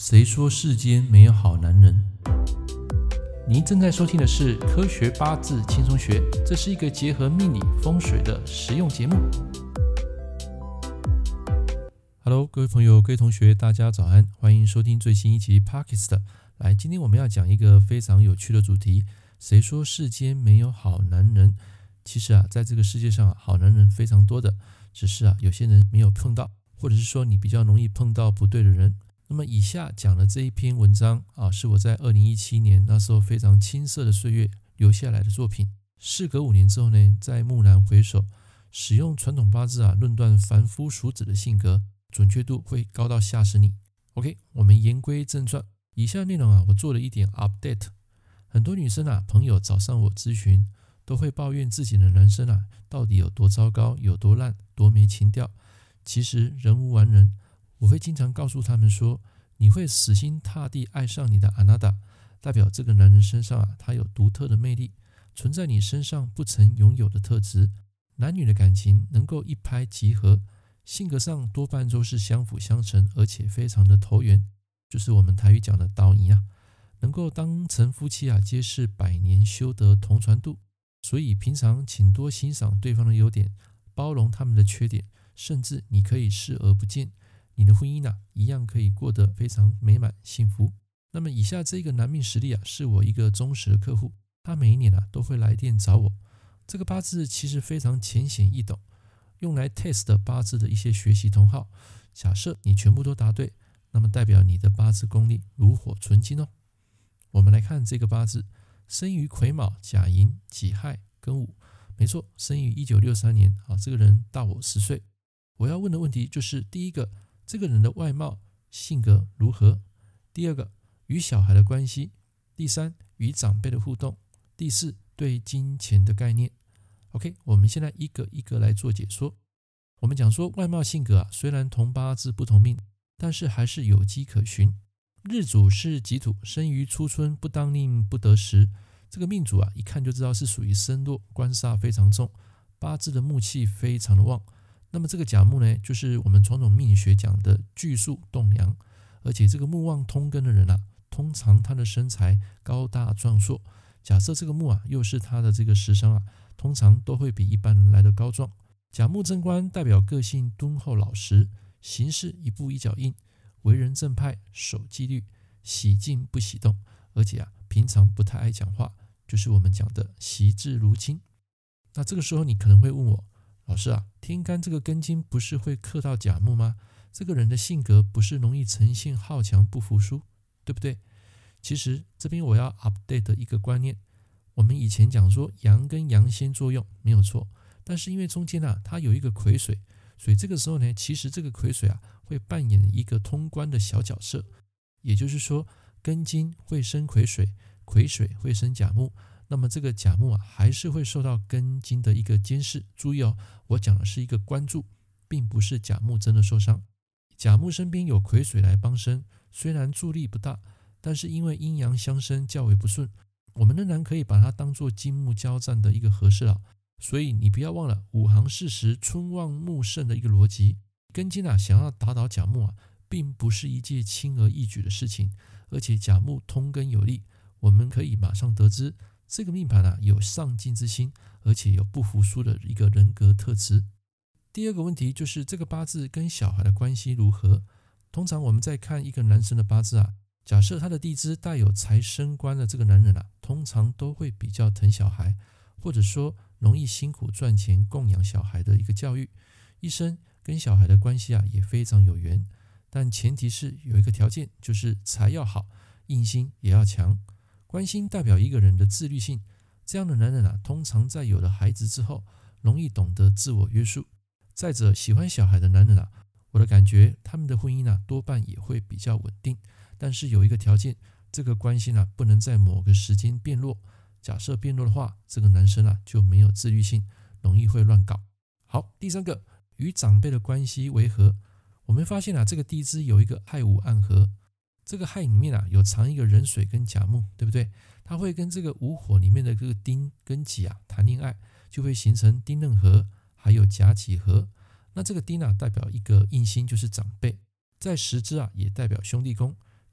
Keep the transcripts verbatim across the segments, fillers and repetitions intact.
谁说世间没有好男人？您正在收听的是《科学八字轻松学》，这是一个结合命理风水的实用节目。Hello， 各位朋友、各位同学，大家早安，欢迎收听最新一期 Podcast。来，今天我们要讲一个非常有趣的主题：谁说世间没有好男人？其实啊，在这个世界上啊，好男人非常多的，只是啊，有些人没有碰到，或者是说你比较容易碰到不对的人。那么以下讲的这一篇文章啊，是我在二零一七年那时候非常青涩的岁月留下来的作品。事隔五年之后呢，在蓦然回首，使用传统八字啊论断凡夫俗子的性格，准确度会高到吓死你。OK， 我们言归正传，以下内容啊，我做了一点 update。很多女生啊朋友找上我咨询，都会抱怨自己的男生啊到底有多糟糕，有多烂，多没情调。其实人无完人。我会经常告诉他们说，你会死心塌地爱上你的阿娜达，代表这个男人身上啊，他有独特的魅力，存在你身上不曾拥有的特质。男女的感情能够一拍即合，性格上多半都是相辅相成，而且非常的投缘，就是我们台语讲的导引啊，能够当成夫妻啊，皆是百年修得同船渡。所以平常请多欣赏对方的优点，包容他们的缺点，甚至你可以视而不见。你的婚姻啊，一样可以过得非常美满幸福。那么以下这个男命实例啊，是我一个忠实的客户，他每一年啊都会来电找我。这个八字其实非常浅显易懂，用来 test 八字的一些学习同好。假设你全部都答对，那么代表你的八字功力炉火纯青哦。我们来看这个八字，生于癸卯、甲寅、己亥、庚午。没错，生于一九六三年啊，这个人大我十岁。我要问的问题就是第一个，这个人的外貌、性格如何？第二个，与小孩的关系；第三，与长辈的互动；第四，对金钱的概念。OK， 我们现在一个一个来做解说。我们讲说外貌性格啊，虽然同八字不同命，但是还是有迹可循。日主是己土，生于初春，不当令不得时。这个命主啊，一看就知道是属于身弱，官煞非常重，八字的木气非常的旺。那么这个甲木呢，就是我们传统命理学讲的巨树栋梁，而且这个木旺通根的人啊，通常他的身材高大壮硕。假设这个木啊又是他的这个食伤啊，通常都会比一般人来得高壮。甲木正官代表个性敦厚老实，行事一步一脚印，为人正派，守纪律，喜静不喜动，而且啊平常不太爱讲话，就是我们讲的惜字如金。那这个时候你可能会问我，老师啊，天干这个庚金不是会克到甲木吗？这个人的性格不是容易呈现好强不服输，对不对？其实这边我要 update 一个观念，我们以前讲说阳跟阳先作用没有错，但是因为中间啊它有一个癸水，所以这个时候呢，其实这个癸水啊会扮演一个通关的小角色，也就是说庚金会生癸水，癸水会生甲木。那么这个甲木啊，还是会受到庚金的一个监视。注意哦，我讲的是一个关注，并不是甲木真的受伤。甲木身边有癸水来帮身，虽然助力不大，但是因为阴阳相生较为不顺，我们仍然可以把它当作金木交战的一个和事佬。所以你不要忘了五行四时春旺木盛的一个逻辑。庚金啊，想要打倒甲木啊，并不是一件轻而易举的事情，而且甲木通根有力，我们可以马上得知。这个命盘啊，有上进之心，而且有不服输的一个人格特质。第二个问题就是这个八字跟小孩的关系如何？通常我们在看一个男生的八字啊，假设他的地支带有财生官的这个男人啊，通常都会比较疼小孩，或者说容易辛苦赚钱供养小孩的一个教育，一生跟小孩的关系啊也非常有缘。但前提是有一个条件，就是财要好，印星也要强。官星代表一个人的自律性，这样的男人啊，通常在有了孩子之后，容易懂得自我约束。再者，喜欢小孩的男人啊，我的感觉他们的婚姻啊，多半也会比较稳定。但是有一个条件，这个关系啊，不能在某个时间变弱。假设变弱的话，这个男生啊就没有自律性，容易会乱搞。好，第三个，与长辈的关系为何？我们发现啊，这个地支有一个亥午暗合。这个亥里面啊有藏一个壬水跟甲木，对不对？它会跟这个午火里面的这个丁跟己啊谈恋爱，就会形成丁壬合，还有甲己合。那这个丁啊代表一个印星，就是长辈，在时支啊也代表兄弟宫。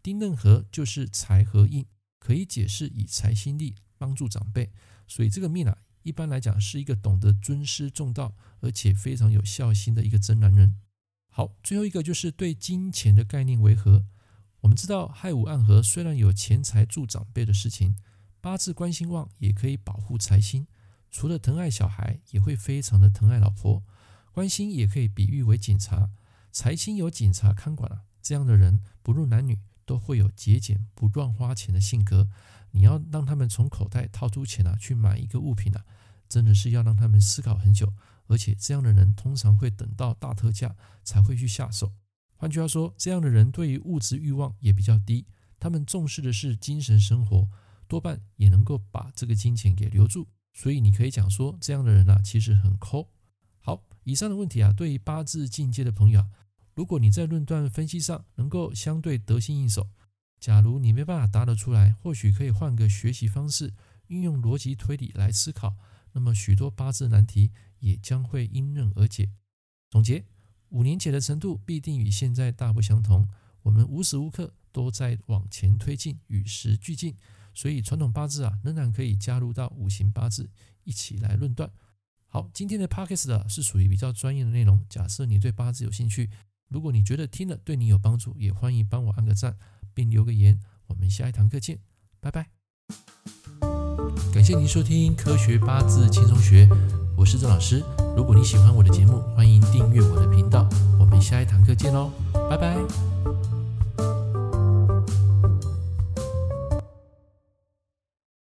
丁壬合就是财合印，可以解释以财星力帮助长辈，所以这个命啊，一般来讲是一个懂得尊师重道，而且非常有孝心的一个真男人。好，最后一个就是对金钱的概念为何。我们知道亥午暗合虽然有钱财助长辈的事情，八字官星旺也可以保护财星，除了疼爱小孩，也会非常的疼爱老婆。官星也可以比喻为警察，财星有警察看管啊，这样的人不论男女都会有节俭不乱花钱的性格。你要让他们从口袋掏出钱啊去买一个物品啊，真的是要让他们思考很久，而且这样的人通常会等到大特价才会去下手。换句话说，这样的人对于物质欲望也比较低，他们重视的是精神生活，多半也能够把这个金钱给留住。所以你可以讲说，这样的人啊，其实很抠。好，以上的问题啊，对于八字进阶的朋友啊，如果你在论断分析上能够相对得心应手，假如你没办法答得出来，或许可以换个学习方式，运用逻辑推理来思考，那么许多八字难题也将会迎刃而解。总结，五年前的程度必定与现在大不相同，我们无时无刻都在往前推进，与时俱进，所以传统八字啊，仍然可以加入到五行八字一起来论断。好，今天的 Podcast 是属于比较专业的内容，假设你对八字有兴趣，如果你觉得听了对你有帮助，也欢迎帮我按个赞并留个言，我们下一堂课见，拜拜。感谢您收听科学八字轻松学，我是郑老师。如果你喜欢我的节目，欢迎订阅我的频道，我们下一堂课见喽，拜拜。